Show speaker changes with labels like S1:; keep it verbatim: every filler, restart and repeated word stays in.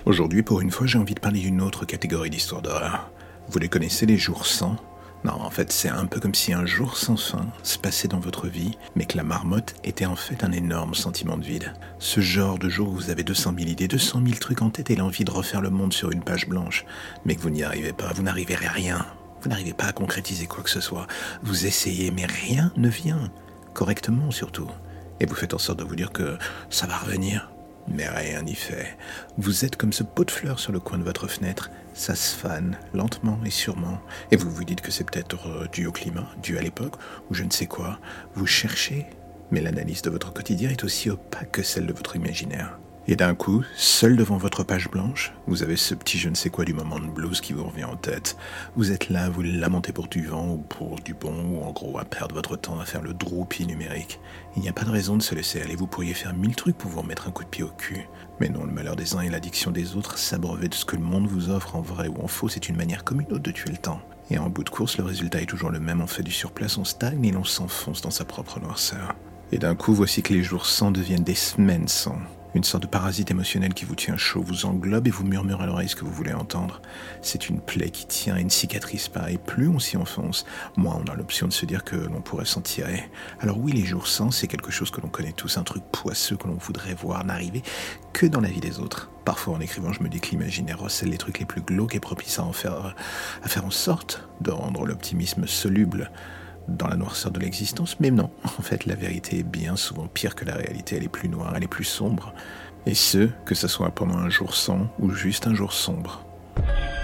S1: Aujourd'hui, pour une fois, j'ai envie de parler d'une autre catégorie d'histoires d'horreur. Vous les connaissez, les jours sans? Non, en fait, c'est un peu comme si un jour sans fin se passait dans votre vie, mais que la marmotte était en fait un énorme sentiment de vide. Ce genre de jour où vous avez deux cent mille idées, deux cent mille trucs en tête et l'envie de refaire le monde sur une page blanche, mais que vous n'y arrivez pas, vous n'arrivez à rien. Vous n'arrivez pas à concrétiser quoi que ce soit. Vous essayez, mais rien ne vient. Correctement, surtout. Et vous faites en sorte de vous dire que ça va revenir. Mais rien n'y fait. Vous êtes comme ce pot de fleurs sur le coin de votre fenêtre. Ça se fane, lentement et sûrement. Et vous vous dites que c'est peut-être euh, dû au climat, dû à l'époque, ou je ne sais quoi. Vous cherchez, mais l'analyse de votre quotidien est aussi opaque que celle de votre imaginaire. Et d'un coup, seul devant votre page blanche, vous avez ce petit je ne sais quoi du moment de blues qui vous revient en tête. Vous êtes là, vous lamentez pour du vent ou pour du bon, ou en gros à perdre votre temps à faire le droupie numérique. Il n'y a pas de raison de se laisser aller, vous pourriez faire mille trucs pour vous remettre un coup de pied au cul. Mais non, le malheur des uns et l'addiction des autres, s'abreuver de ce que le monde vous offre en vrai ou en faux, c'est une manière comme une autre de tuer le temps. Et en bout de course, le résultat est toujours le même, on fait du surplace, on stagne et l'on s'enfonce dans sa propre noirceur. Et d'un coup, voici que les jours sans deviennent des semaines sans. Une sorte de parasite émotionnel qui vous tient chaud, vous englobe et vous murmure à l'oreille ce que vous voulez entendre. C'est une plaie qui tient, une cicatrice pareille. Plus on s'y enfonce, moins on a l'option de se dire que l'on pourrait s'en tirer. Alors oui, les jours sans, c'est quelque chose que l'on connaît tous, un truc poisseux que l'on voudrait voir n'arriver que dans la vie des autres. Parfois en écrivant, je me dis que l'imaginaire recèle les trucs les plus glauques et propices à en faire, à faire en sorte de rendre l'optimisme soluble dans la noirceur de l'existence, mais non, en fait la vérité est bien souvent pire que la réalité, elle est plus noire, elle est plus sombre, et ce, que ce soit pendant un jour sans ou juste un jour sombre.